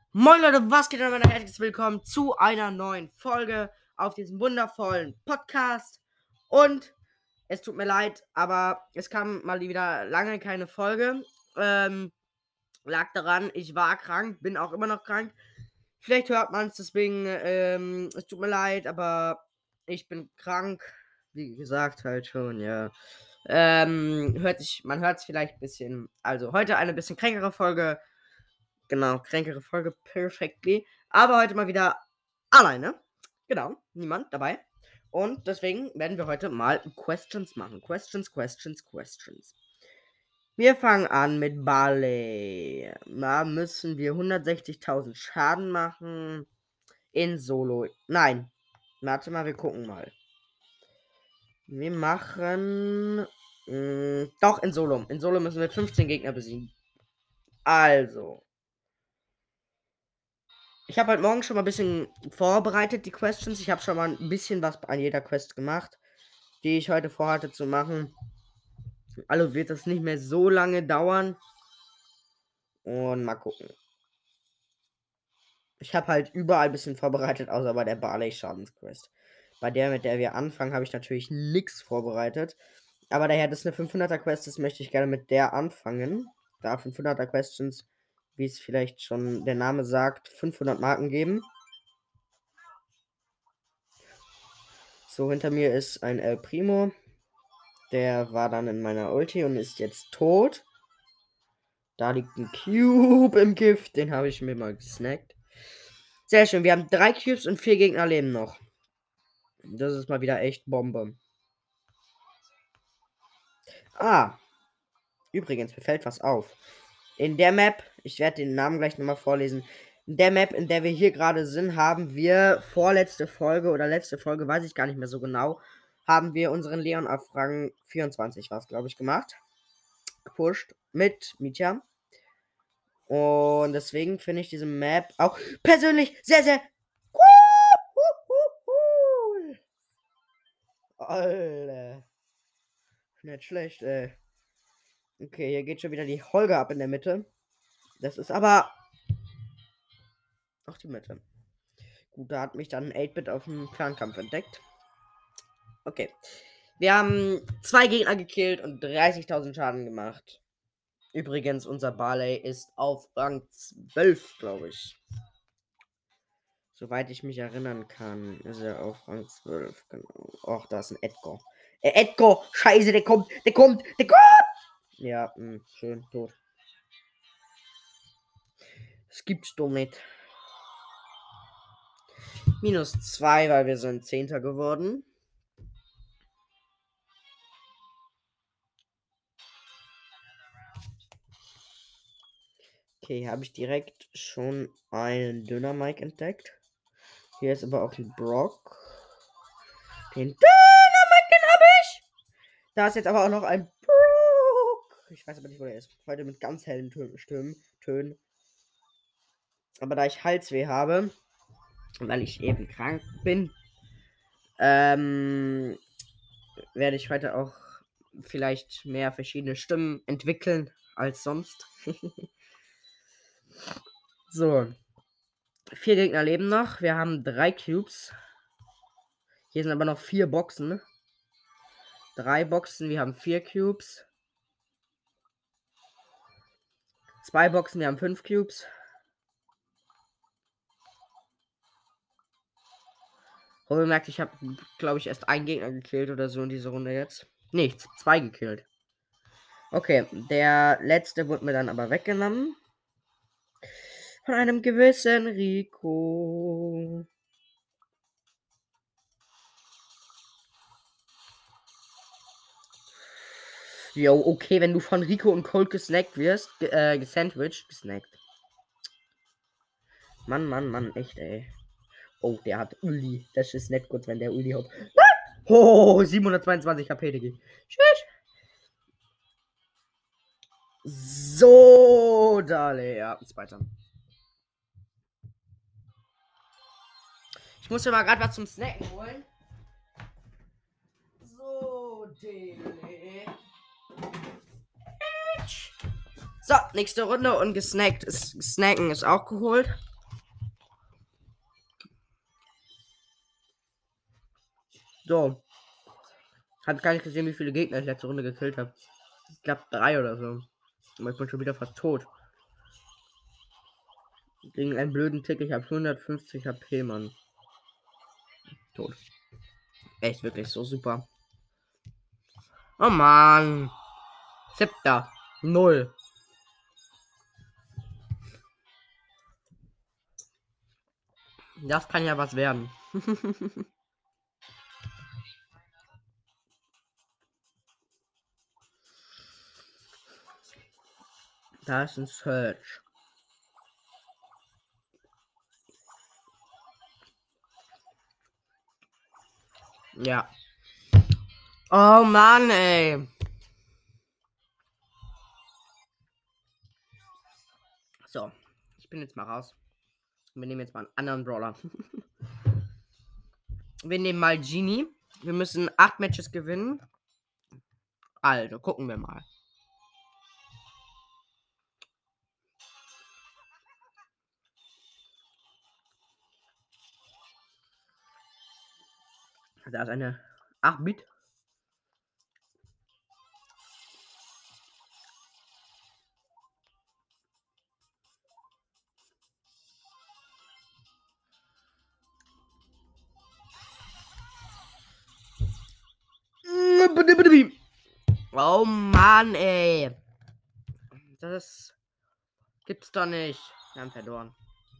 Moin Leute, was geht denn meine herzlich willkommen zu einer neuen Folge auf diesem wundervollen Podcast. Und es tut mir leid, aber es kam mal wieder lange keine Folge. Lag daran, ich war krank, bin auch immer noch krank. Vielleicht hört man es, deswegen, es tut mir leid, aber ich bin krank. Wie gesagt, halt schon, ja. Man hört es vielleicht ein bisschen. Also heute eine bisschen kränkere Folge. Genau, kränkere Folge, perfectly. Aber heute mal wieder alleine. Genau, niemand dabei. Und deswegen werden wir heute mal Questions machen. Questions. Wir fangen an mit Barley. Da müssen wir 160.000 Schaden machen. In Solo. Nein. Warte mal, wir gucken mal. Wir machen. Doch, in Solo. In Solo müssen wir 15 Gegner besiegen. Also. Ich habe heute Morgen schon mal ein bisschen vorbereitet, die Questions. Ich habe schon mal ein bisschen was an jeder Quest gemacht, die ich heute vorhatte zu machen. Also wird das nicht mehr so lange dauern. Und mal gucken. Ich habe halt überall ein bisschen vorbereitet, außer bei der Barley-Schadensquest. Bei der, mit der wir anfangen, habe ich natürlich nichts vorbereitet. Aber daher das eine 500er-Quest ist, möchte ich gerne mit der anfangen. Da 500er-Questions, wie es vielleicht schon der Name sagt, 500 Marken geben. So, hinter mir ist ein El Primo. Der war dann in meiner Ulti und ist jetzt tot. Da liegt ein Cube im Gift. Den habe ich mir mal gesnackt. Sehr schön. Wir haben 3 Cubes und 4 Gegner leben noch. Das ist mal wieder echt Bombe. Ah. Übrigens, mir fällt was auf. In der Map, ich werde den Namen gleich nochmal vorlesen. In der Map, in der wir hier gerade sind, haben wir vorletzte Folge oder letzte Folge, weiß ich gar nicht mehr so genau, haben wir unseren Leon auf Rang 24, war es, glaube ich, gemacht. Gepusht mit Mietja. Und deswegen finde ich diese Map auch persönlich sehr, sehr cool. Alter. Nicht schlecht, ey. Okay, hier geht schon wieder die Holger ab in der Mitte. Das ist aber auch die Mitte. Gut, da hat mich dann 8-Bit auf dem Fernkampf entdeckt. Okay. Wir haben 2 Gegner gekillt und 30.000 Schaden gemacht. Übrigens, unser Barley ist auf Rang 12, glaube ich. Soweit ich mich erinnern kann, ist er auf Rang 12. Genau. Och, da ist ein Edgar. Edgar! Scheiße, der kommt! Ja, schön, tot. Das gibt's doch nicht. -2, weil wir sind 10. geworden. Okay, habe ich direkt schon einen Dynamike entdeckt. Hier ist aber auch ein Brock. Den Dynamike, den habe ich! Da ist jetzt aber auch noch ein Brock. Ich weiß aber nicht, wo der ist. Heute mit ganz hellen Tönen. Aber da ich Halsweh habe, weil ich eben krank bin, werde ich heute auch vielleicht mehr verschiedene Stimmen entwickeln als sonst. So. 4 Gegner leben noch. Wir haben 3 Cubes. Hier sind aber noch 4 Boxen. 3 Boxen, wir haben 4 Cubes. 2 Boxen, wir haben 5 Cubes. Merkt, ich habe, glaube ich, erst einen Gegner gekillt oder so in dieser Runde jetzt. Nichts, 2 gekillt. Okay, der letzte wurde mir dann aber weggenommen. Von einem gewissen Rico. Jo, okay, wenn du von Rico und Colt gesnackt wirst, gesnackt. Mann, echt, ey. Oh, der hat Uli. Das ist nicht gut, wenn der Uli hat. Oh, 722 KP, Digga. Shit. So, Dale, ja, ist weiter. Ich muss mir mal gerade was zum Snacken holen. So, Dale. So, nächste Runde und gesnackt. Snacken ist auch geholt. So. Hab gar nicht gesehen, wie viele Gegner ich letzte Runde gekillt habe. Ich glaube 3 oder so. Aber ich bin schon wieder fast tot. Gegen einen blöden Tick. Ich habe 150 HP, Mann. Tot. Echt wirklich so super. Oh Mann. 7. 0. Das kann ja was werden. Da ist ein Search. Ja. Oh Mann, ey. So. Ich bin jetzt mal raus. Wir nehmen jetzt mal einen anderen Brawler. Wir nehmen mal Genie. Wir müssen 8 Matches gewinnen. Also, gucken wir mal. Da ist eine 8-Bit. Oh Mann, ey. Das gibt's doch nicht. Wir haben verloren.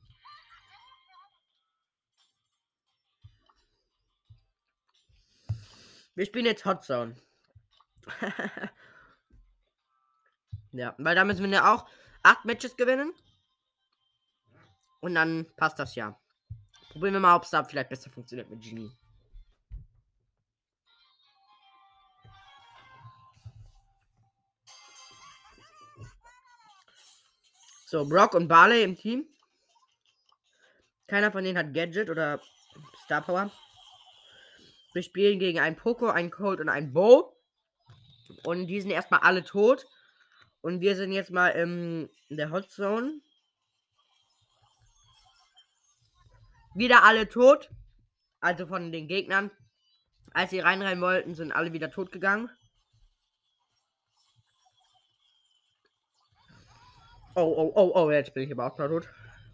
Wir spielen jetzt Hot Zone. Ja, weil da müssen wir ja auch 8 Matches gewinnen. Und dann passt das ja. Probieren wir mal, ob es da vielleicht besser funktioniert mit Genie. So, Brock und Barley im Team. Keiner von denen hat Gadget oder Star Power. Wir spielen gegen einen Poco, einen Colt und einen Bo. Und die sind erstmal alle tot. Und wir sind jetzt mal in der Hot Zone. Wieder alle tot. Also von den Gegnern. Als sie reinrennen wollten, sind alle wieder tot gegangen. Oh, jetzt bin ich aber auch mal tot.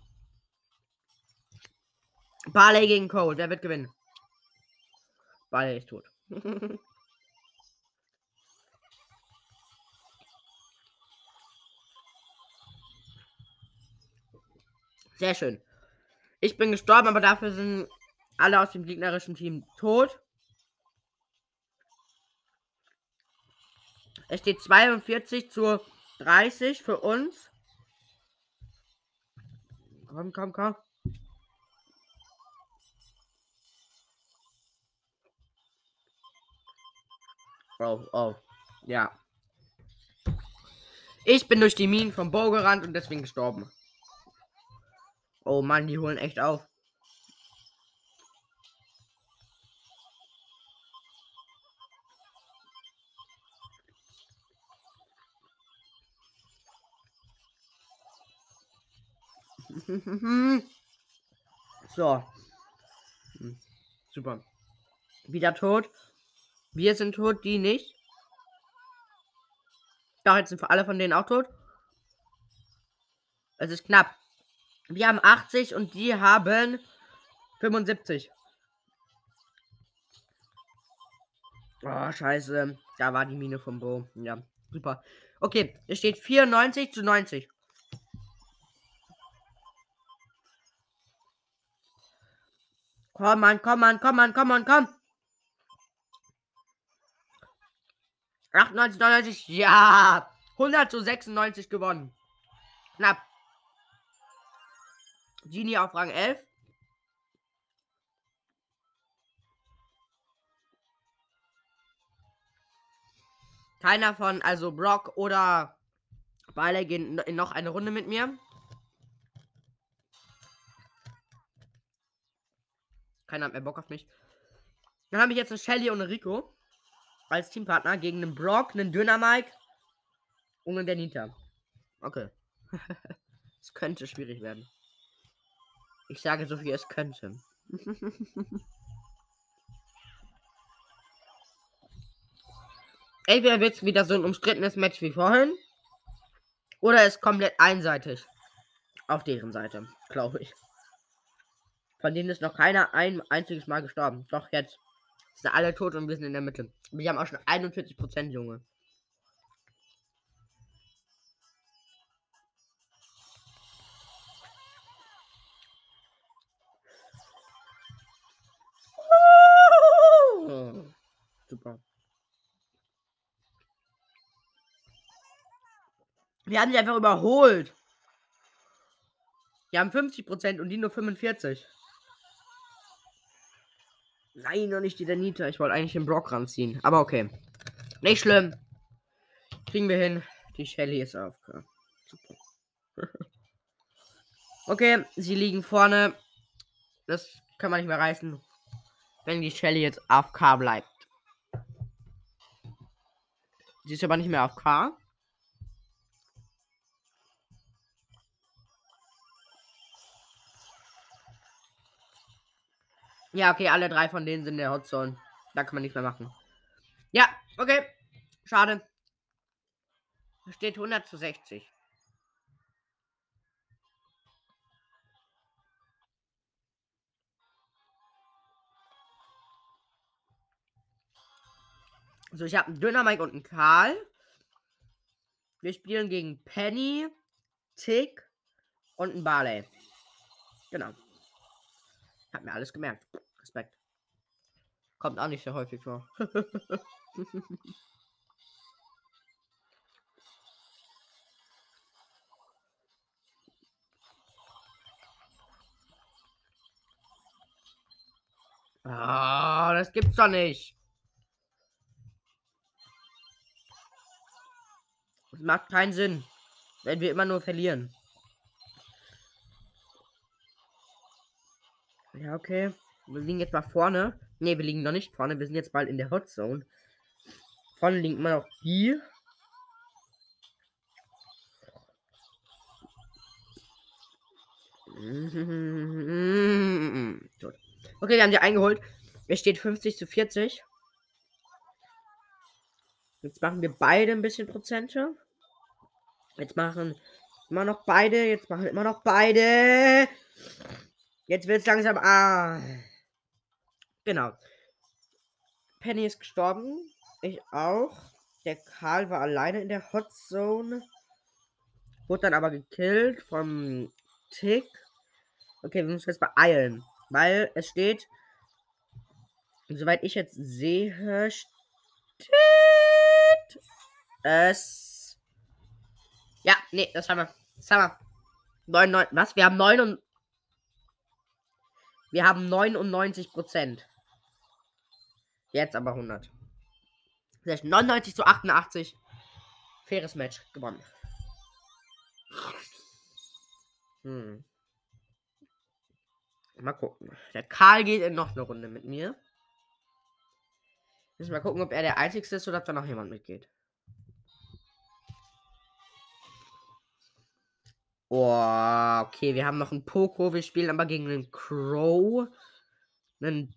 Barley gegen Colt. Wer wird gewinnen? Barley ist tot. Sehr schön. Ich bin gestorben, aber dafür sind alle aus dem gegnerischen Team tot. Es steht 42-30 für uns. Komm. Oh. Ja. Ich bin durch die Minen vom Bo gerannt und deswegen gestorben. Oh Mann, die holen echt auf. So. Super. Wieder tot. Wir sind tot, die nicht. Doch, jetzt sind alle von denen auch tot. Es ist knapp. Wir haben 80 und die haben 75. Oh, scheiße. Da war die Mine vom Bo. Ja, super. Okay, es steht 94-90. Komm, Mann. 98, 99. Ja. 100-96 gewonnen. Knapp. Genie auf Rang 11. Keiner von, also Brock oder Barley gehen in noch eine Runde mit mir. Keiner hat mehr Bock auf mich. Dann habe ich jetzt eine Shelly und eine Rico als Teampartner gegen einen Brock, einen Dynamike und einen Nita. Okay. Es könnte schwierig werden. Ich sage so viel, es könnte. Entweder wird es wieder so ein umstrittenes Match wie vorhin. Oder es ist komplett einseitig. Auf deren Seite, glaube ich. Von denen ist noch keiner ein einziges Mal gestorben. Doch jetzt. Sind alle tot und wir sind in der Mitte. Wir haben auch schon 41%, Junge. Super. Wir haben sie einfach überholt. Die haben 50% und die nur 45%. Nein, noch nicht die Danita. Ich wollte eigentlich den Brock ranziehen. Aber okay. Nicht schlimm. Kriegen wir hin. Die Shelly ist AFK. Super. Okay, sie liegen vorne. Das kann man nicht mehr reißen. Wenn die Shelly jetzt AFK bleibt. Sie ist aber nicht mehr AFK. Ja, okay, alle drei von denen sind in der Hotzone. Da kann man nichts mehr machen. Ja, okay. Schade. Steht 100:60. So, ich habe einen Dynamite und einen Karl. Wir spielen gegen Penny, Tick und einen Barley. Genau. Hab mir alles gemerkt. Respekt. Kommt auch nicht so häufig vor. Ah, das gibt's doch nicht. Das macht keinen Sinn, wenn wir immer nur verlieren. Ja, okay. Wir liegen jetzt mal vorne. Ne, wir liegen noch nicht vorne. Wir sind jetzt bald in der Hotzone. Vorne liegen immer noch die. Okay, wir haben die eingeholt. Es steht 50:40. Jetzt machen wir beide ein bisschen Prozente. Jetzt machen immer noch beide. Jetzt machen immer noch beide. Jetzt wird es langsam. Ah. Genau. Penny ist gestorben. Ich auch. Der Karl war alleine in der Hotzone. Wurde dann aber gekillt vom Tick. Okay, wir müssen jetzt beeilen. Weil es steht. Soweit ich jetzt sehe, steht es. Ja, nee, das haben wir. Das haben wir. 99, was? Wir haben 99%. Jetzt aber 100. 99:88. Faires Match. Gewonnen. Mal gucken. Der Karl geht in noch eine Runde mit mir. Müssen wir mal gucken, ob er der Einzige ist oder ob da noch jemand mitgeht. Oh, okay, wir haben noch einen Poco. Wir spielen aber gegen einen Crow. Einen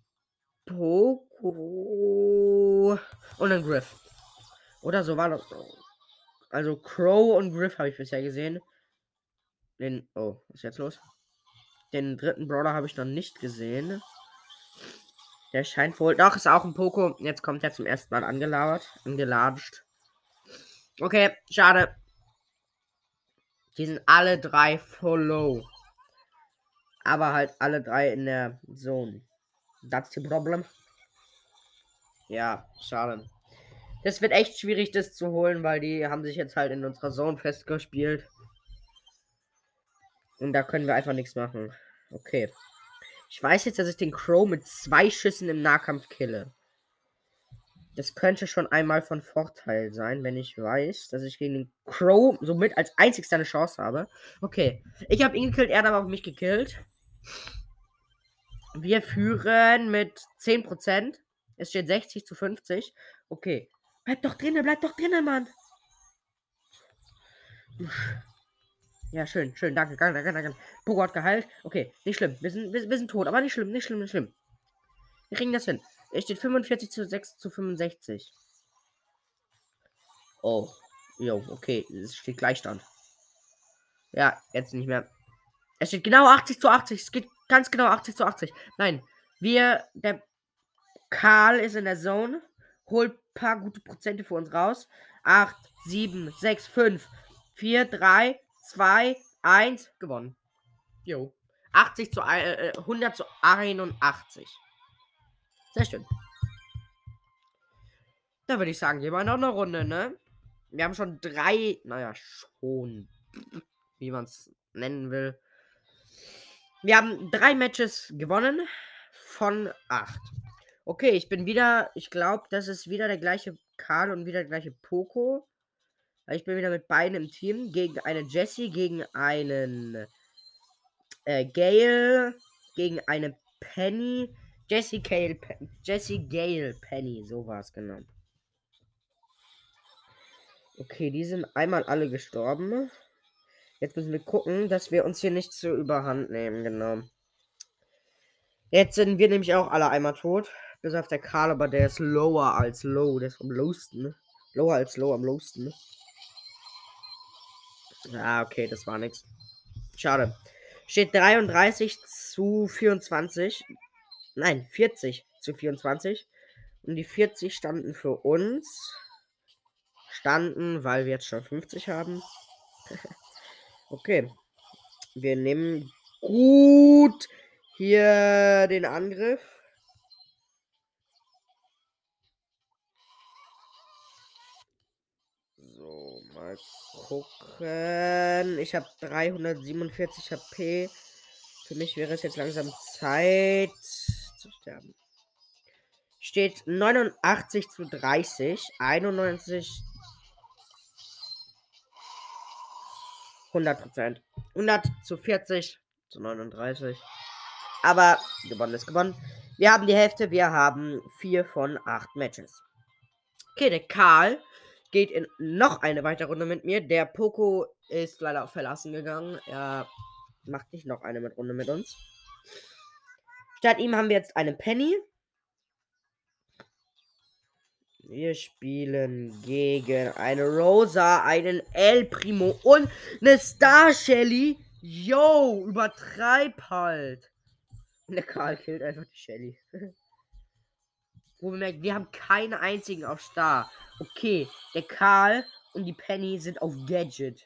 Poco. Und einen Griff. Oder so war das. Also Crow und Griff habe ich bisher gesehen. Oh, was ist jetzt los? Den dritten Brawler habe ich noch nicht gesehen. Der scheint wohl. Doch, ist auch ein Poco. Jetzt kommt er zum ersten Mal angelatscht. Okay, schade. Die sind alle drei full low. Aber halt alle drei in der Zone. That's the problem. Ja, schade. Das wird echt schwierig, das zu holen, weil die haben sich jetzt halt in unserer Zone festgespielt. Und da können wir einfach nichts machen. Okay. Ich weiß jetzt, dass ich den Crow mit 2 Schüssen im Nahkampf kille. Das könnte schon einmal von Vorteil sein, wenn ich weiß, dass ich gegen den Crow somit als einzigster eine Chance habe. Okay. Ich habe ihn gekillt, er hat aber auch mich gekillt. Wir führen mit 10%. Es steht 60:50. Okay. Bleib doch drinnen, Mann. Ja, schön. Danke. Pogo hat geheilt. Okay, nicht schlimm. Wir sind tot, aber nicht schlimm. Wir kriegen das hin. Es steht 45:6:65. Oh. Jo, okay. Es steht Gleichstand. Ja, jetzt nicht mehr. Es steht genau 80:80. Es geht ganz genau 80:80. Nein. Der Karl ist in der Zone. Holt ein paar gute Prozente für uns raus. 8, 7, 6, 5, 4, 3, 2, 1. Gewonnen. Jo. 100:81. Sehr schön. Da würde ich sagen, gehen wir noch eine Runde, ne? Wir haben schon 3, naja, schon, wie man es nennen will. Wir haben 3 Matches gewonnen von 8. Okay, ich glaube, das ist wieder der gleiche Karl und wieder der gleiche Poco. Ich bin wieder mit beiden im Team. Gegen eine Jessie, gegen einen Gale, gegen eine Penny. Jessie Gale Penny, so war es genau. Okay, die sind einmal alle gestorben. Jetzt müssen wir gucken, dass wir uns hier nicht zur Überhand nehmen, genau. Jetzt sind wir nämlich auch alle einmal tot. Bis auf der Karl, aber der ist lower als low. Der ist am lowsten. Lower als low am lowsten. Ah, okay, das war nix. Schade. Steht 33:24. Nein, 40:24. Und die 40 standen für uns. Standen, weil wir jetzt schon 50 haben. Okay. Wir nehmen gut hier den Angriff. So, mal gucken. Ich habe 347 HP. Für mich wäre es jetzt langsam Zeit zu sterben. Steht 89:30. 91. 100%. 100:40 zu 39. Aber gewonnen ist gewonnen. Wir haben die Hälfte. Wir haben 4 von 8 Matches. Okay, der Karl geht in noch eine weitere Runde mit mir. Der Poco ist leider verlassen gegangen. Er macht nicht noch eine Runde mit uns. Statt ihm haben wir jetzt eine Penny. Wir spielen gegen eine Rosa, einen El Primo und eine Star Shelly. Yo, übertreib halt. Und der Karl killt einfach die Shelly. Wo wir merken, wir haben keinen einzigen auf Star. Okay, der Karl und die Penny sind auf Gadget.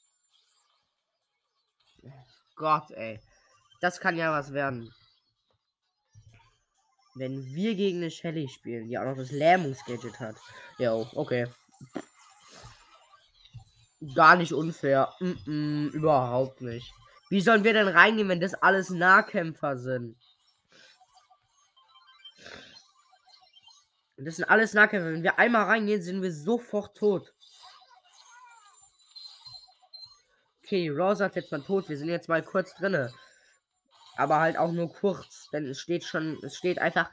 Gott, ey. Das kann ja was werden. Wenn wir gegen eine Shelly spielen, die auch noch das Lähmungsgadget hat. Jo, okay. Gar nicht unfair. Überhaupt nicht. Wie sollen wir denn reingehen, wenn das alles Nahkämpfer sind? Das sind alles Nahkämpfer. Wenn wir einmal reingehen, sind wir sofort tot. Okay, Rosa ist jetzt mal tot. Wir sind jetzt mal kurz drinne. Aber halt auch nur kurz. Denn es steht einfach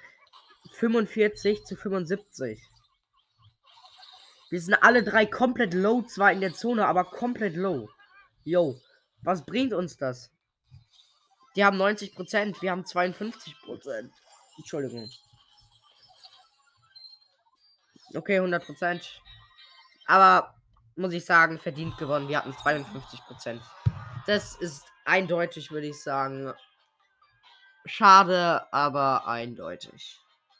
45:75. Wir sind alle 3 komplett low, zwar in der Zone, aber komplett low. Yo, was bringt uns das? Die haben 90%, wir haben 52%. Entschuldigung. Okay, 100%. Aber muss ich sagen, verdient gewonnen. Wir hatten 52%. Das ist eindeutig, würde ich sagen. Schade, aber eindeutig.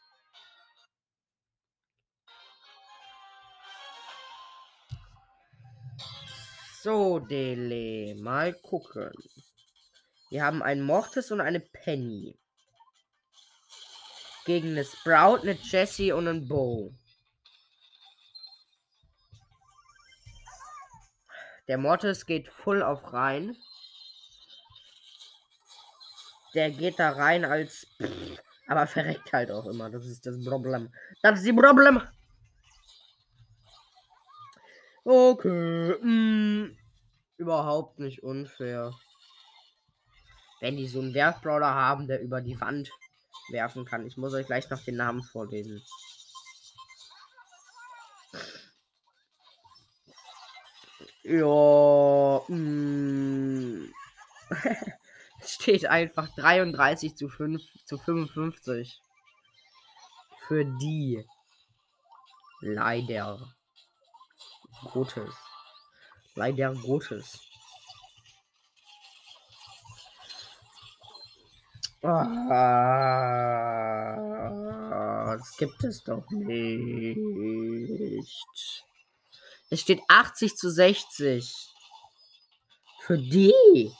So, Dele, mal gucken. Wir haben einen Mortis und eine Penny. Gegen eine Sprout, eine Jessie und einen Bo. Der Mortis geht voll auf rein. Der geht da rein als. Aber verreckt halt auch immer. Das ist das Problem. Das ist die Problem. Okay. Überhaupt nicht unfair. Wenn die so einen Werfbrawler haben, der über die Wand werfen kann. Ich muss euch gleich noch den Namen vorlesen. Ja. Es steht einfach 33:55. Für die. Leider. Gottes. Leider Gottes. Das gibt es doch nicht. Es steht 80-60. Für die.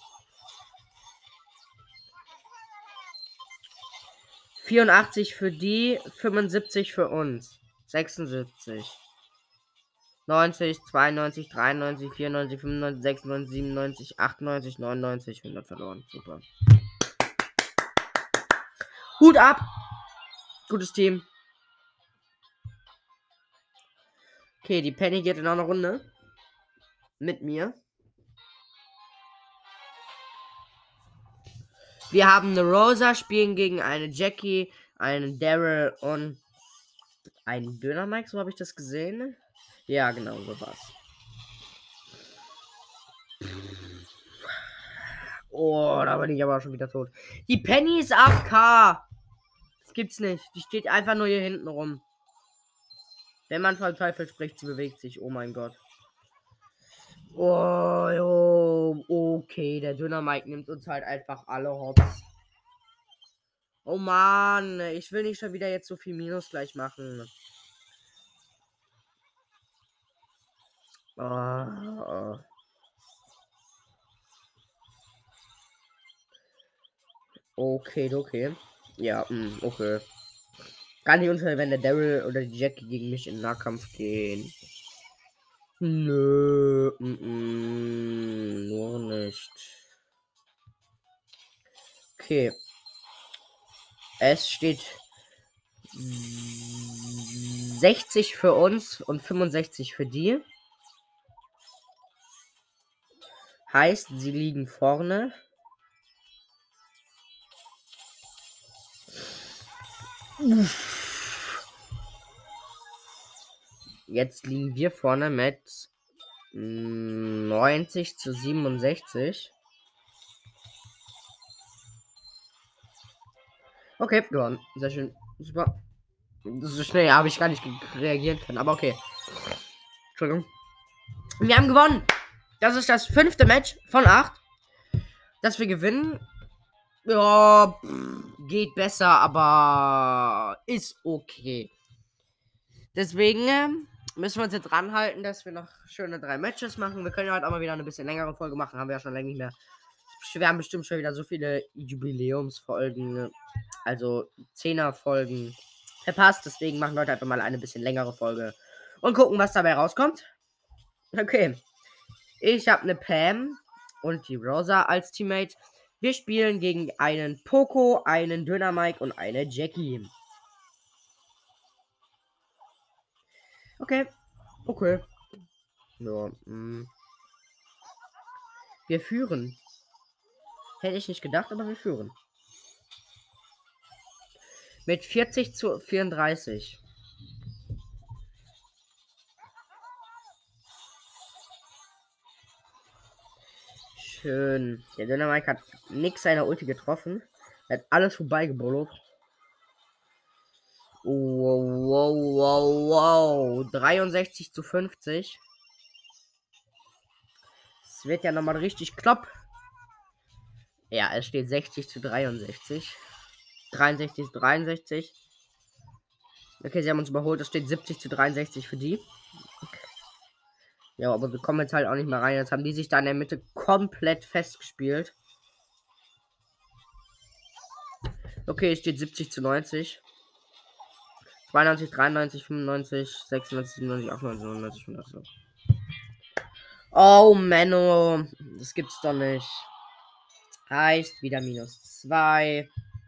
84 für die, 75 für uns. 76. 90, 92, 93, 94, 95, 96, 97, 98, 99, 100 verloren. Super. Hut ab! Gutes Team. Okay, die Penny geht in einer Runde. Mit mir. Wir haben eine Rosa, spielen gegen eine Jackie, einen Daryl und einen Döner Mike, so habe ich das gesehen. Ja, genau, so war's. Oh, da bin ich aber schon wieder tot. Die Penny ist AFK. Das gibt's nicht. Die steht einfach nur hier hinten rum. Wenn man vom Teufel spricht, sie bewegt sich. Oh mein Gott. Oh, jo. Okay, der Döner Mike nimmt uns halt einfach alle Hops. Oh Mann, ich will nicht schon wieder jetzt so viel Minus gleich machen. Oh. Okay, okay. Ja, okay. Kann nicht unfair, wenn der Daryl oder die Jackie gegen mich in Nahkampf gehen. Nö, nur nicht. Okay. Es steht 60 für uns und 65 für die. Heißt, sie liegen vorne. Jetzt liegen wir vorne mit 90-67. Okay, gewonnen. Sehr schön. Super. So schnell habe ich gar nicht reagieren können, aber okay. Entschuldigung. Wir haben gewonnen. Das ist das 5. Match von 8. Dass wir gewinnen. Ja, geht besser, aber ist okay. Deswegen müssen wir uns jetzt ranhalten, dass wir noch schöne 3 Matches machen. Wir können ja heute auch mal wieder eine bisschen längere Folge machen. Haben wir ja schon länger nicht mehr. Wir haben bestimmt schon wieder so viele Jubiläumsfolgen, also 10er Folgen verpasst. Deswegen machen wir heute einfach mal eine bisschen längere Folge und gucken, was dabei rauskommt. Okay. Ich habe eine Pam und die Rosa als Teammate. Wir spielen gegen einen Poco, einen Döner Mike und eine Jackie. Okay. Okay. Ja, wir führen. Hätte ich nicht gedacht, aber wir führen. Mit 40-34. Schön. Der Döner Mike hat nix seiner Ulti getroffen. Er hat alles vorbeigebullert. Wow. 63-50. Es wird ja nochmal richtig klopp. Ja, es steht 60-63. 63-63. Okay, sie haben uns überholt. Es steht 70-63 für die. Ja, aber wir kommen jetzt halt auch nicht mehr rein. Jetzt haben die sich da in der Mitte komplett festgespielt. Okay, es steht 70-90. 92, 93, 95, 96, 97, 98, 99, 100. Oh, Menno. Das gibt's doch nicht. Heißt wieder -2.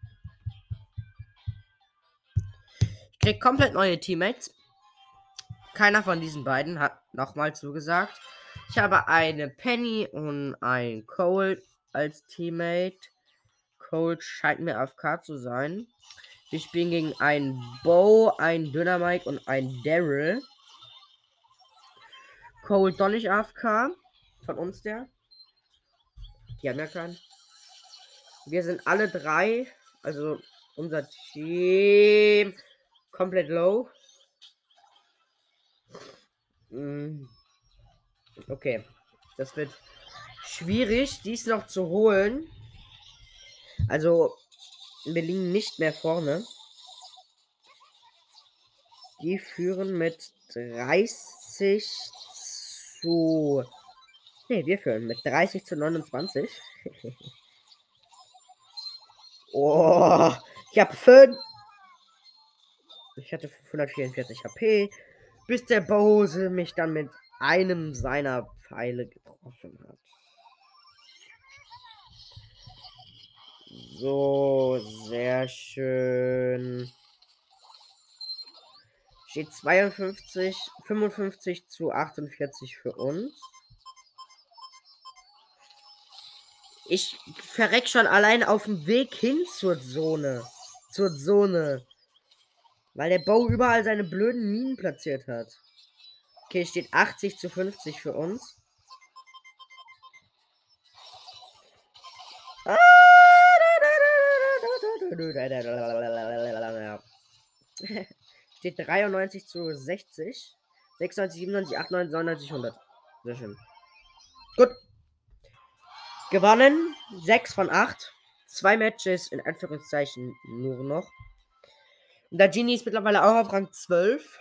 Ich krieg komplett neue Teammates. Keiner von diesen beiden hat nochmal zugesagt. Ich habe eine Penny und ein Cole als Teammate. Cole scheint mir AFK zu sein. Wir spielen gegen einen Bo, einen Döner Mike und einen Daryl. Cole doch nicht AFK. Von uns der. Die haben ja keinen. Wir sind alle 3. Also unser Team komplett low. Okay. Das wird schwierig, dies noch zu holen. Also, wir liegen nicht mehr vorne. Die führen mit 30 zu. Ne, wir führen mit 30 zu 29. Oh, ich habe 5. Ich hatte 544 HP, bis der Bose mich dann mit einem seiner Pfeile getroffen hat. So, sehr schön. Steht 55 zu 48 für uns. Ich verreck schon allein auf dem Weg hin zur Zone. Zur Zone. Weil der Bo überall seine blöden Minen platziert hat. Okay, steht 80 zu 50 für uns. Steht 93 zu 60. 96, 97, 98, 99, 100. Sehr schön. Gut. Gewonnen. 6 von 8. 2 Matches in Anführungszeichen nur noch. Und der Genie ist mittlerweile auch auf Rang 12.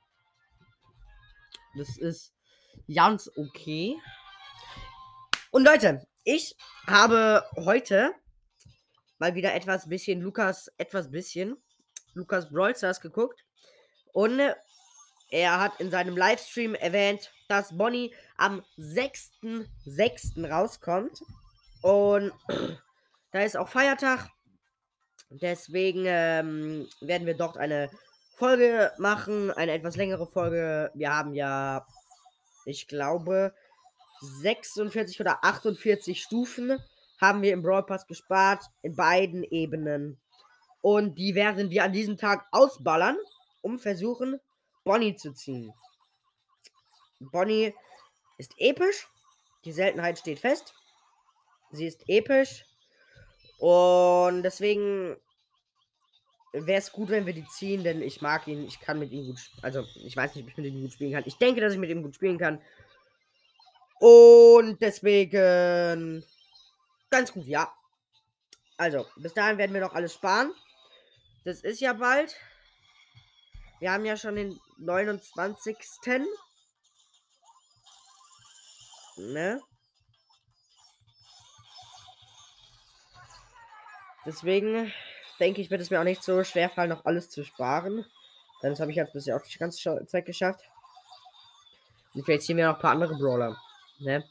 Das ist ganz okay. Und Leute, ich habe heute mal wieder etwas bisschen Lukas Brawl Stars geguckt. Und er hat in seinem Livestream erwähnt, dass Bonnie am 6.6. rauskommt. Und da ist auch Feiertag. Deswegen werden wir dort eine Folge machen. Eine etwas längere Folge. Wir haben ja, ich glaube, 46 oder 48 Stufen haben wir im Brawl Pass gespart. In beiden Ebenen. Und die werden wir an diesem Tag ausballern, um versuchen, Bonnie zu ziehen. Bonnie ist episch. Die Seltenheit steht fest. Sie ist episch. Und deswegen wäre es gut, wenn wir die ziehen, denn ich mag ihn. Ich kann mit ihm gut. Also, ich weiß nicht, ob ich mit ihm gut spielen kann. Ich denke, dass ich mit ihm gut spielen kann. Und deswegen. Ganz gut, ja. Also, bis dahin werden wir noch alles sparen. Das ist ja bald. Wir haben ja schon den 29. Ne? Deswegen denke ich, wird es mir auch nicht so schwer fallen, noch alles zu sparen. Denn das habe ich jetzt bisher auch die ganze Zeit geschafft. Und vielleicht ziehen wir noch ein paar andere Brawler. Ne?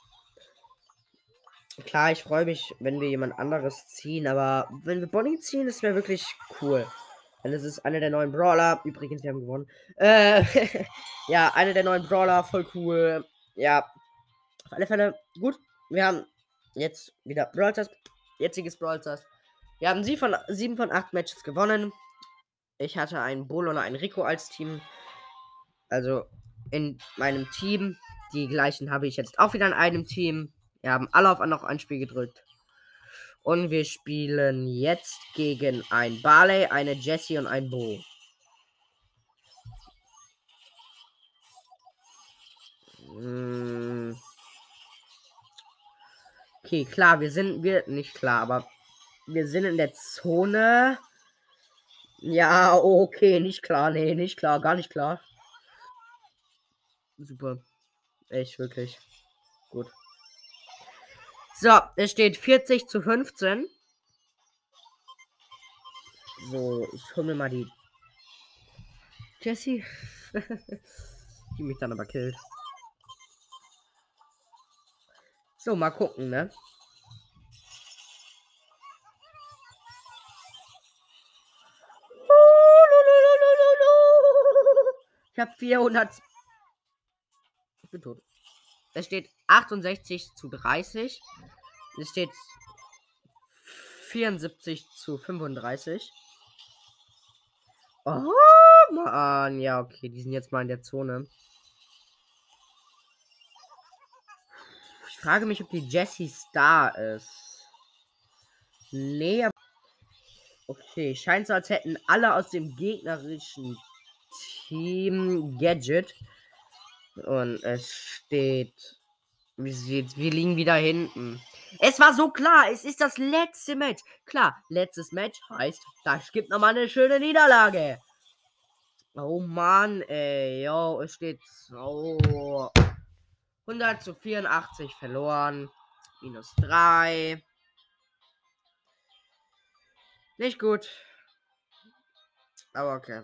Klar, ich freue mich, wenn wir jemand anderes ziehen, aber wenn wir Bonnie ziehen, das wäre wirklich cool. Denn es ist einer der neuen Brawler. Übrigens, wir haben gewonnen. Ja, einer der neuen Brawler, voll cool. Ja, auf alle Fälle gut. Wir haben jetzt wieder Brawl Stars, jetziges Brawl Stars. Wir haben 7 von 8 Matches gewonnen. Ich hatte einen Bull und einen Rico als Team. Also in meinem Team. Die gleichen habe ich jetzt auch wieder in einem Team. Wir haben alle auf noch ein Spiel gedrückt. Und wir spielen jetzt gegen ein Barley, eine Jessie und ein Bo. Okay, klar, nicht klar, aber wir sind in der Zone. Ja, okay, nicht klar, nee, nicht klar, gar nicht klar. Super. Echt, wirklich. Gut. So, es steht 40 zu 15. So, ich hole mir mal die Jessie. Die mich dann aber killt. So, mal gucken, ne? Ich habe 400. Ich bin tot. Es steht 68 zu 30. Es steht 74 zu 35. Oh, Mann. Ja, okay. Die sind jetzt mal in der Zone. Ich frage mich, ob die Jessie Star ist. Nee. Okay. Scheint so, als hätten alle aus dem gegnerischen Team Gadget. Und es steht. Wir liegen wieder hinten. Es war so klar, es ist das letzte Match. Klar, letztes Match heißt, das gibt nochmal eine schöne Niederlage. Oh Mann, ey, yo, es steht so 100-84 verloren. -3. Nicht gut. Aber okay.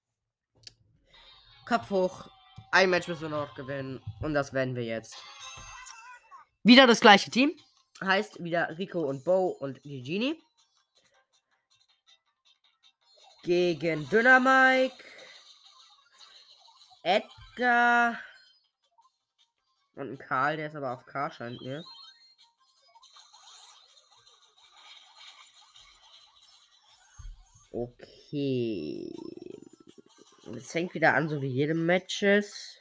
Kopf hoch. Ein Match müssen wir noch gewinnen. Und das werden wir jetzt. Wieder das gleiche Team. Heißt wieder Rico und Bo und die Genie. Gegen Dynamike. Edgar. Und ein Karl, der ist aber auf K, scheint mir. Okay. Es fängt wieder an, so wie jede Matches.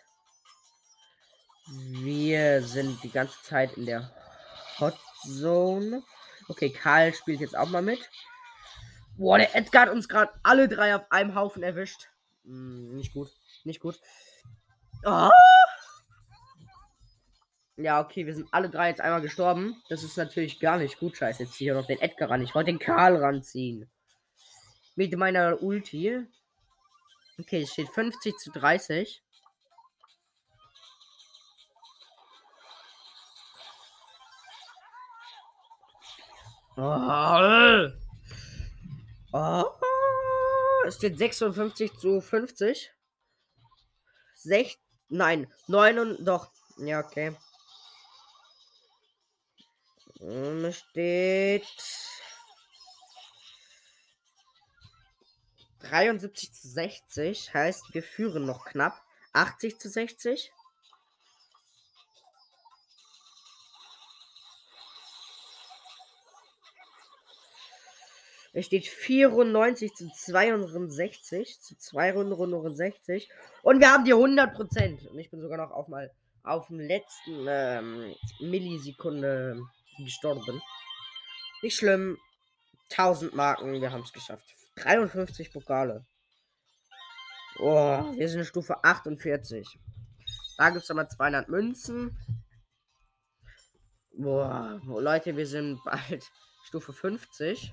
Wir sind die ganze Zeit in der Hot Zone. Okay, Karl spielt jetzt auch mal mit. Boah, der Edgar hat uns gerade alle drei auf einem Haufen erwischt. Nicht gut. Nicht gut. Oh! Ja, okay, wir sind alle drei jetzt einmal gestorben. Das ist natürlich gar nicht gut. Scheiße, jetzt ziehe ich noch den Edgar ran. Ich wollte den Karl ranziehen. Mit meiner Ulti. Okay, es steht 50-30. Oh. Oh. Es steht 56-50. Nein, 9 und doch. Ja, okay. Es steht 73-60. Heißt, wir führen noch knapp. 80-60. Es steht 94-62. Zu 260. Und wir haben die 100%. Und ich bin sogar noch auf dem letzten Millisekunde gestorben. Nicht schlimm. 1000 Marken. Wir haben es geschafft. 53 Pokale. Oh, wir sind Stufe 48. Da gibt es nochmal 200 Münzen. Boah, Leute, wir sind bald Stufe 50.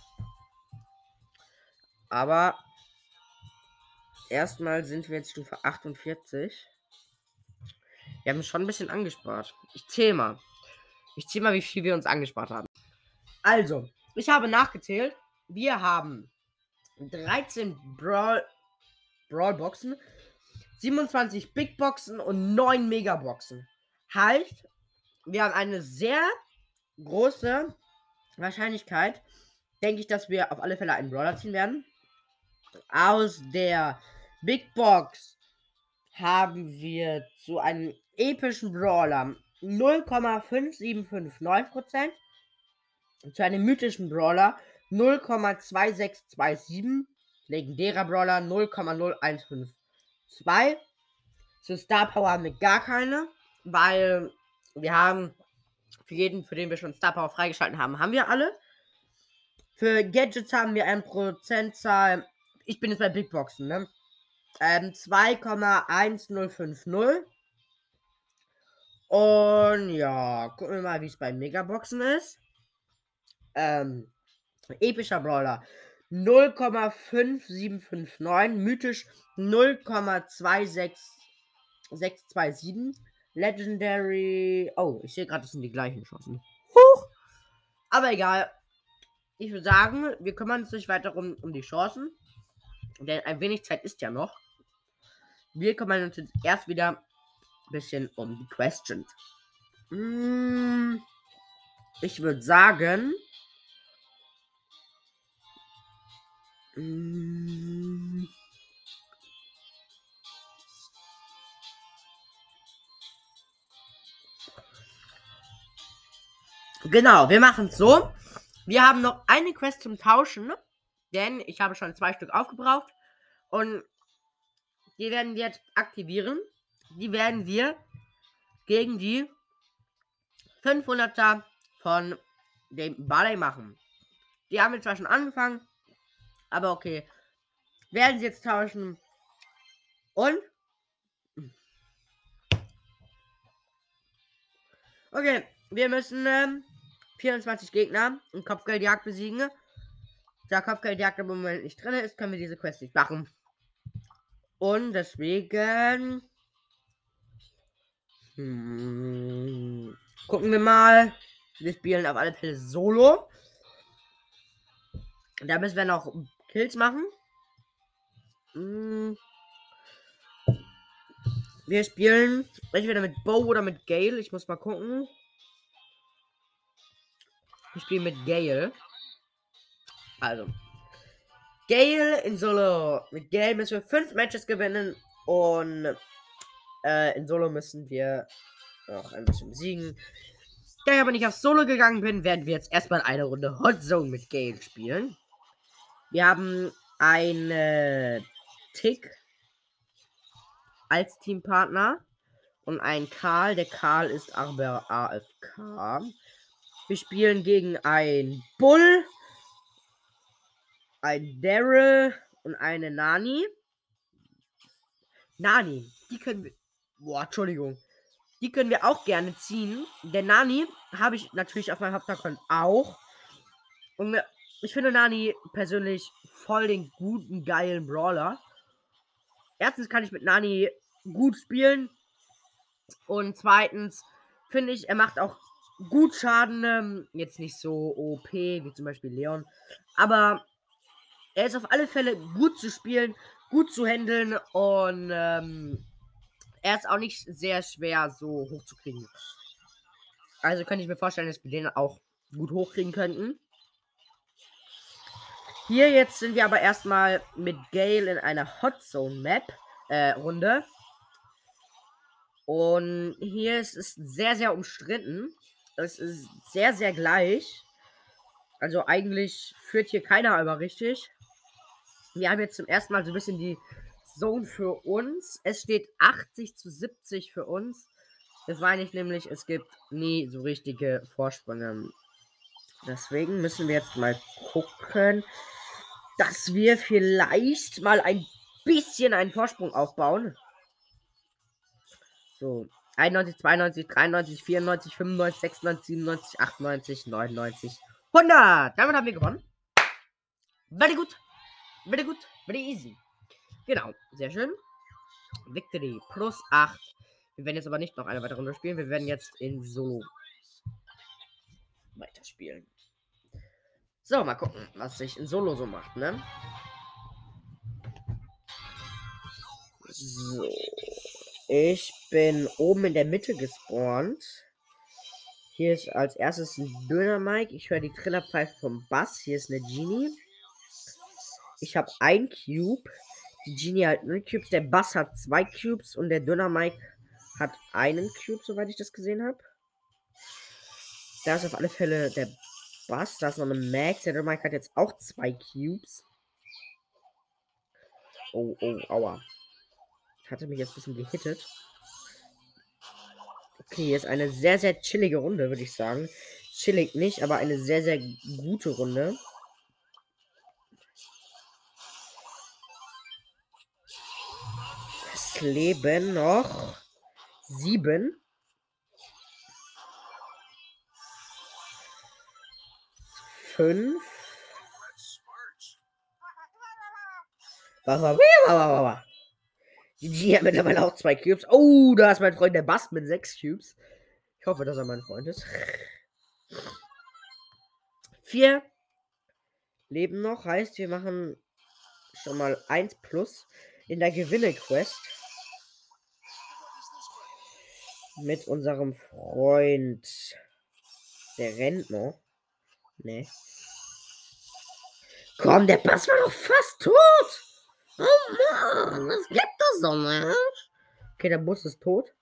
Aber erstmal sind wir jetzt Stufe 48. Wir haben schon ein bisschen angespart. Ich zähle mal. Wie viel wir uns angespart haben. Also, ich habe nachgezählt. Wir haben 13 Brawl-Boxen, 27 Big Boxen und 9 Megaboxen. Heißt, wir haben eine sehr große Wahrscheinlichkeit, denke ich, dass wir auf alle Fälle einen Brawler ziehen werden. Aus der Big Box haben wir zu einem epischen Brawler 0,5759%. Zu einem mythischen Brawler 0,2627. Legendärer Brawler 0,0152. Zu Star Power haben wir gar keine, weil wir haben für jeden, für den wir schon Star Power freigeschalten haben, haben wir alle. Für Gadgets haben wir eine Prozentzahl. Ich bin jetzt bei Big Boxen, ne? 2,1050. Und ja, gucken wir mal, wie es bei Megaboxen ist. Epischer Brawler 0,5759. Mythisch 0,26627. Legendary. Oh, ich sehe gerade, das sind die gleichen Chancen. Huch! Aber egal. Ich würde sagen, wir kümmern uns nicht weiter um die Chancen. Denn ein wenig Zeit ist ja noch. Wir kümmern uns jetzt erst wieder ein bisschen um die Questions. Ich würde sagen. Genau, wir machen es so. Wir haben noch eine Quest zum Tauschen, denn ich habe schon 2 Stück aufgebraucht und die werden wir jetzt aktivieren. Die werden wir gegen die 500er von dem Barley machen. Die haben wir zwar schon angefangen, aber okay. Werden sie jetzt tauschen und Okay, wir müssen 24 Gegner in Kopfgeldjagd besiegen. Da Kopfgeldjagd im Moment nicht drin ist, können wir diese Quest nicht machen. Und deswegen gucken wir mal. Wir spielen auf alle Fälle Solo. Da müssen wir noch Kills machen. Wir spielen entweder mit Bo oder mit Gale. Ich muss mal gucken. Ich spiele mit Gale. Also. Gale in Solo. Mit Gale müssen wir 5 Matches gewinnen. Und in Solo müssen wir noch ein bisschen besiegen. Da ich aber nicht auf Solo gegangen bin, werden wir jetzt erstmal eine Runde Hot Zone mit Gale spielen. Wir haben einen Tick als Teampartner und einen Karl. Der Karl ist aber AFK. Wir spielen gegen einen Bull, ein Daryl und eine Nani. Nani, die können wir. Boah, Entschuldigung. Die können wir auch gerne ziehen. Der Nani habe ich natürlich auf meinem Hauptaccount auch. Und ich finde Nani persönlich voll den guten, geilen Brawler. Erstens kann ich mit Nani gut spielen. Und zweitens finde ich, er macht auch gut Schaden. Jetzt nicht so OP wie zum Beispiel Leon. Aber er ist auf alle Fälle gut zu spielen, gut zu handeln. Und er ist auch nicht sehr schwer so hochzukriegen. Also könnte ich mir vorstellen, dass wir den auch gut hochkriegen könnten. Hier jetzt sind wir aber erstmal mit Gale in einer Hot Zone Map Runde. Und hier ist es sehr, sehr umstritten. Es ist sehr, sehr gleich. Also eigentlich führt hier keiner aber richtig. Wir haben jetzt zum ersten Mal so ein bisschen die Zone für uns. Es steht 80-70 für uns. Das meine ich nämlich, es gibt nie so richtige Vorsprünge. Deswegen müssen wir jetzt mal gucken, dass wir vielleicht mal ein bisschen einen Vorsprung aufbauen. So, 91, 92, 93, 94, 95, 96, 97, 98, 99, 100. Damit haben wir gewonnen. Very gut. Very gut. Very easy. Genau, sehr schön. Victory plus 8. Wir werden jetzt aber nicht noch eine weitere Runde spielen. Wir werden jetzt in Solo weiterspielen. So, mal gucken, was sich in Solo so macht, ne? So. Ich bin oben in der Mitte gespawnt. Hier ist als erstes ein Döner-Mike. Ich höre die Trillerpfeife vom Bass. Hier ist eine Genie. Ich habe ein Cube. Die Genie hat 0 Cubes. Der Bass hat 2 Cubes. Und der Döner-Mike hat einen Cube, soweit ich das gesehen habe. Da ist auf alle Fälle der Bass. Da ist noch eine Max. Der Döner-Mike hat jetzt auch 2 Cubes. Oh, oh, aua. Hatte mich jetzt ein bisschen gehittet. Okay, hier ist eine sehr, sehr chillige Runde, würde ich sagen. Chillig nicht, aber eine sehr, sehr gute Runde. Es leben noch 7. Fünf. Die G hat mittlerweile auch 2 Cubes. Oh, da ist mein Freund der Bast mit 6 Cubes. Ich hoffe, dass er mein Freund ist. 4 leben noch. Heißt, wir machen schon mal 1 plus in der Gewinne-Quest. Mit unserem Freund. Der rennt noch. Ne. Komm, der Bass war doch fast tot. Oh Mann, das gibt doch so nicht. Okay, der Bus ist tot.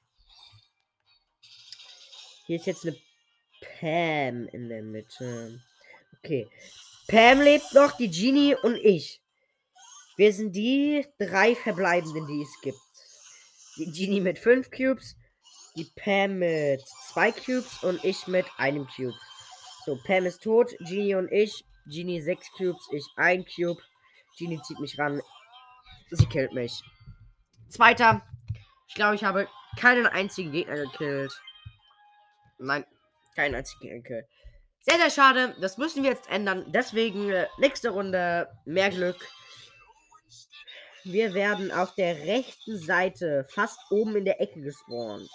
Hier ist jetzt eine Pam in der Mitte. Okay. Pam lebt noch, die Genie und ich. Wir sind die 3 Verbleibenden, die es gibt. Die Genie mit 5 Cubes, die Pam mit 2 Cubes und ich mit einem Cube. So, Pam ist tot, Genie und ich. Genie 6 Cubes, ich 1 Cube. Genie zieht mich ran. Sie killt mich. Zweiter. Ich glaube, ich habe keinen einzigen Gegner gekillt. Nein, kein einziger Kill. Sehr, sehr schade. Das müssen wir jetzt ändern. Deswegen nächste Runde. Mehr Glück. Wir werden auf der rechten Seite fast oben in der Ecke gespawnt.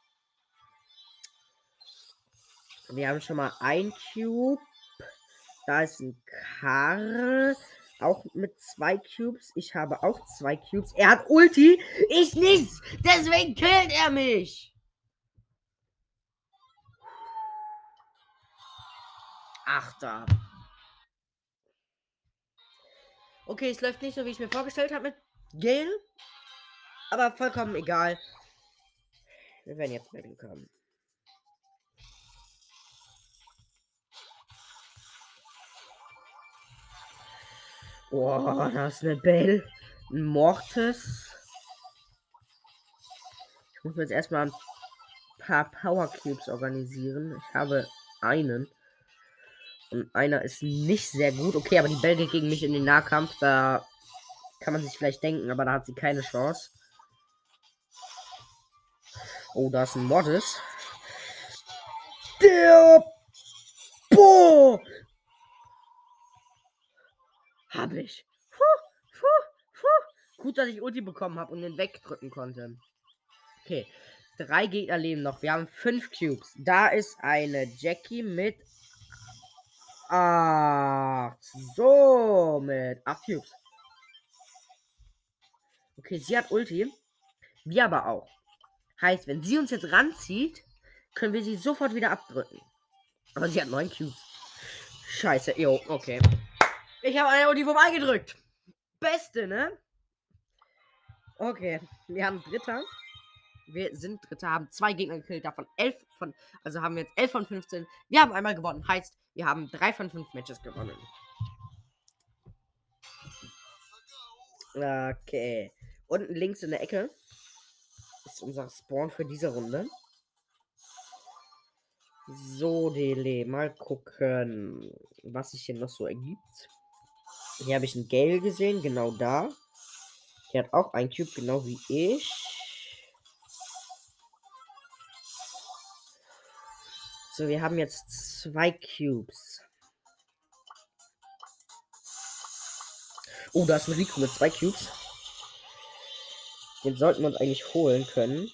Wir haben schon mal ein Cube. Da ist ein Karl. Auch mit 2 Cubes. Ich habe auch 2 Cubes. Er hat Ulti. Ich nicht. Deswegen killt er mich. Achter. Okay, es läuft nicht so, wie ich es mir vorgestellt habe mit Gale. Aber vollkommen egal. Wir werden jetzt mehr Glück haben. Oh, da ist eine Belle. Ein Mortis. Ich muss mir jetzt erstmal ein paar Power Cubes organisieren. Ich habe einen. Und einer ist nicht sehr gut. Okay, aber die Belle geht gegen mich in den Nahkampf. Da kann man sich vielleicht denken, aber da hat sie keine Chance. Oh, da ist ein Mortis. Der Boah! Hab ich. Gut, dass ich Ulti bekommen habe und den wegdrücken konnte. Okay. 3 Gegner leben noch. Wir haben 5 Cubes. Da ist eine Jackie mit 8. So, mit 8 Cubes. Okay, sie hat Ulti. Wir aber auch. Heißt, wenn sie uns jetzt ranzieht, können wir sie sofort wieder abdrücken. Aber sie hat 9 Cubes. Scheiße, jo, okay. Ich habe eine Ulti vorbeigedrückt. Beste, ne? Okay, wir haben Dritter. Wir sind Dritter, haben 2 Gegner gekillt, davon 11 von, also haben wir jetzt 11 von 15. Wir haben einmal gewonnen, heißt, wir haben 3 von 5 Matches gewonnen. Okay. Unten links in der Ecke ist unser Spawn für diese Runde. So, Dele, mal gucken, was sich hier noch so ergibt. Hier habe ich einen Gale gesehen, genau da. Der hat auch ein Cube, genau wie ich. So, wir haben jetzt 2 Cubes. Oh, da ist ein Rico mit 2 Cubes. Den sollten wir uns eigentlich holen können.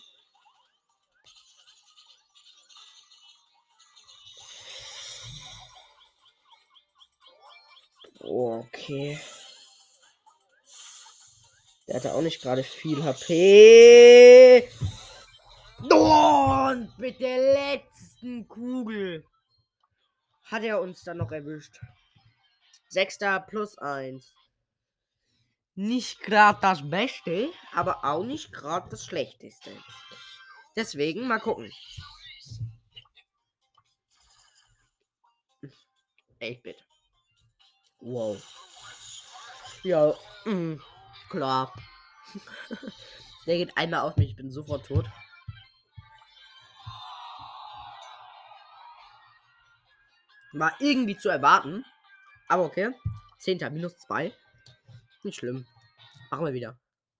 Okay. Der hatte auch nicht gerade viel HP. Oh, und mit der letzten Kugel hat er uns dann noch erwischt. 6. plus 1. Nicht gerade das Beste, aber auch nicht gerade das Schlechteste. Deswegen mal gucken. 8-Bit. Wow. Ja, klar. Der geht einmal auf mich, ich bin sofort tot. War irgendwie zu erwarten. Aber okay. 10. minus 2. Nicht schlimm. Machen wir wieder.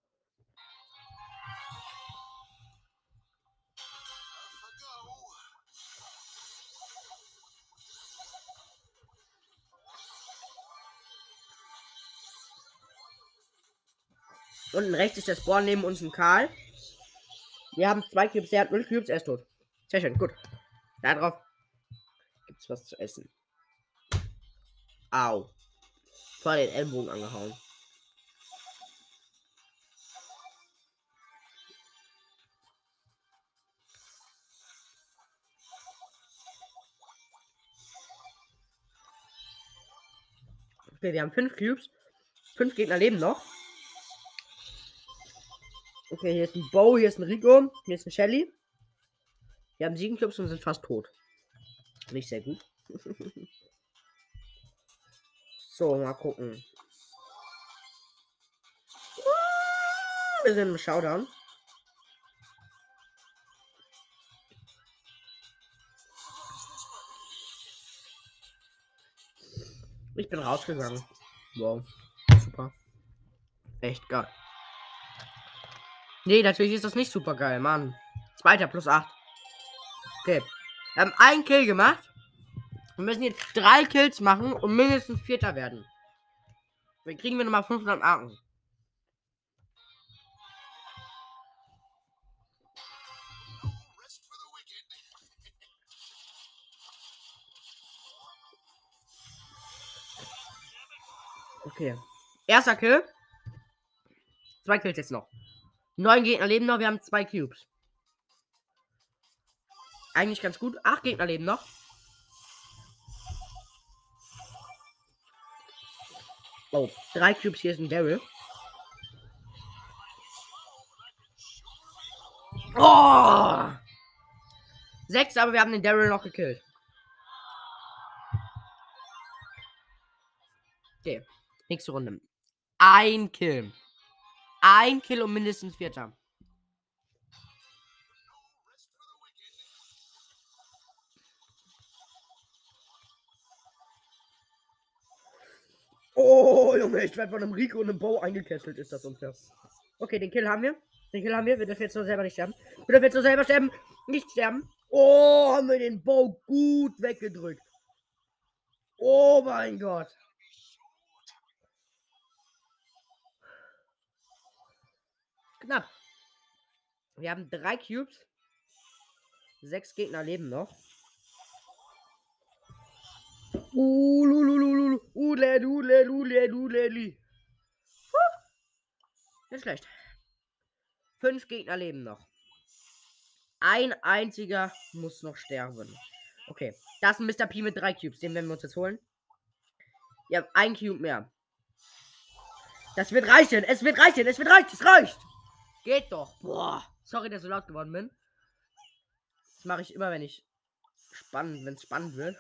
Unten rechts ist der Spawn, neben uns ein Karl. Wir haben 2 Cubes, er hat 0 Cubes, er ist tot. Sehr schön, gut. Da drauf gibt's was zu essen. Au. Voll den Ellbogen angehauen. Okay, wir haben 5 Cubes. 5 Gegner leben noch. Okay, hier ist ein Bo, hier ist ein Rico, hier ist ein Shelly. Wir haben 7 Cubes und sind fast tot. Nicht sehr gut. So, mal gucken. Wir sind im Showdown. Ich bin rausgegangen. Wow. Super. Echt geil. Nee, natürlich ist das nicht super geil, Mann. 2. plus 8. Okay. Wir haben einen Kill gemacht. Wir müssen jetzt 3 Kills machen und mindestens Vierter werden. Dann kriegen wir nochmal 500 Marken. Okay. Erster Kill. 2 Kills jetzt noch. 9 Gegner leben noch. Wir haben 2 Cubes. Eigentlich ganz gut. 8 Gegner leben noch. Oh, 3 Cubes. Hier ist ein Daryl. Oh! 6, aber wir haben den Daryl noch gekillt. Okay. Nächste Runde. Ein Kill. Ein Kill und mindestens Vierter. Oh, Junge, ich werde von einem Rico und einem Bow eingekesselt. Ist das unfair? Okay, den Kill haben wir. Den Kill haben wir. Wir dürfen jetzt nur selber nicht sterben. Wir dürfen jetzt nur selber sterben. Nicht sterben. Oh, haben wir den Bow gut weggedrückt. Oh mein Gott. Knapp. Wir haben 3 Cubes. 6 Gegner leben noch. Nicht schlecht. 5 Gegner leben noch. Ein einziger muss noch sterben. Okay. Das ist ein Mr. P mit 3 Cubes. Den werden wir uns jetzt holen. Wir haben 1 Cube mehr. Das wird reichen. Es wird reichen. Es wird reichen. Es reicht. Geht doch. Boah. Sorry, dass ich so laut geworden bin. Das mache ich immer, wenn es spannend wird.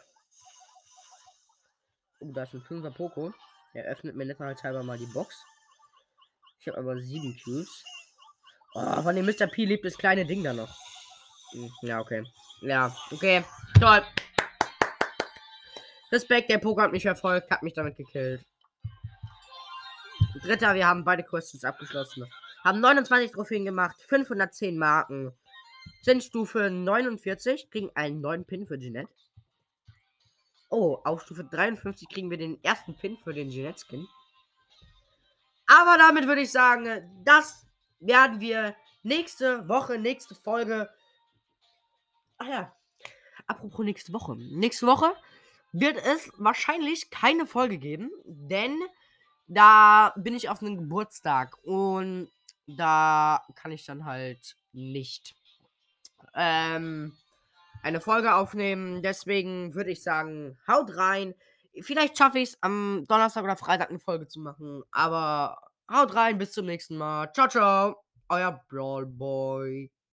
Oh, da ist ein 5er Poco. Er öffnet mir netthalber mal die Box. Ich habe aber 7 Cubes. Oh, von dem Mr. P lebt das kleine Ding da noch. Ja, okay. Ja, okay. Toll. Respekt, der Poker hat mich verfolgt, hat mich damit gekillt. Dritter, wir haben beide Quests abgeschlossen. Haben 29 Trophäen gemacht, 510 Marken. Sind Stufe 49, kriegen einen neuen Pin für Jeanette. Oh, auf Stufe 53 kriegen wir den ersten Pin für den Jeanette-Skin. Aber damit würde ich sagen, das werden wir nächste Woche, nächste Folge. Ach ja, apropos nächste Woche. Nächste Woche wird es wahrscheinlich keine Folge geben, denn da bin ich auf einem Geburtstag und da kann ich dann halt nicht eine Folge aufnehmen. Deswegen würde ich sagen, haut rein. Vielleicht schaffe ich es am Donnerstag oder Freitag eine Folge zu machen, aber haut rein, bis zum nächsten Mal. Ciao, ciao. Euer Brawl Boy.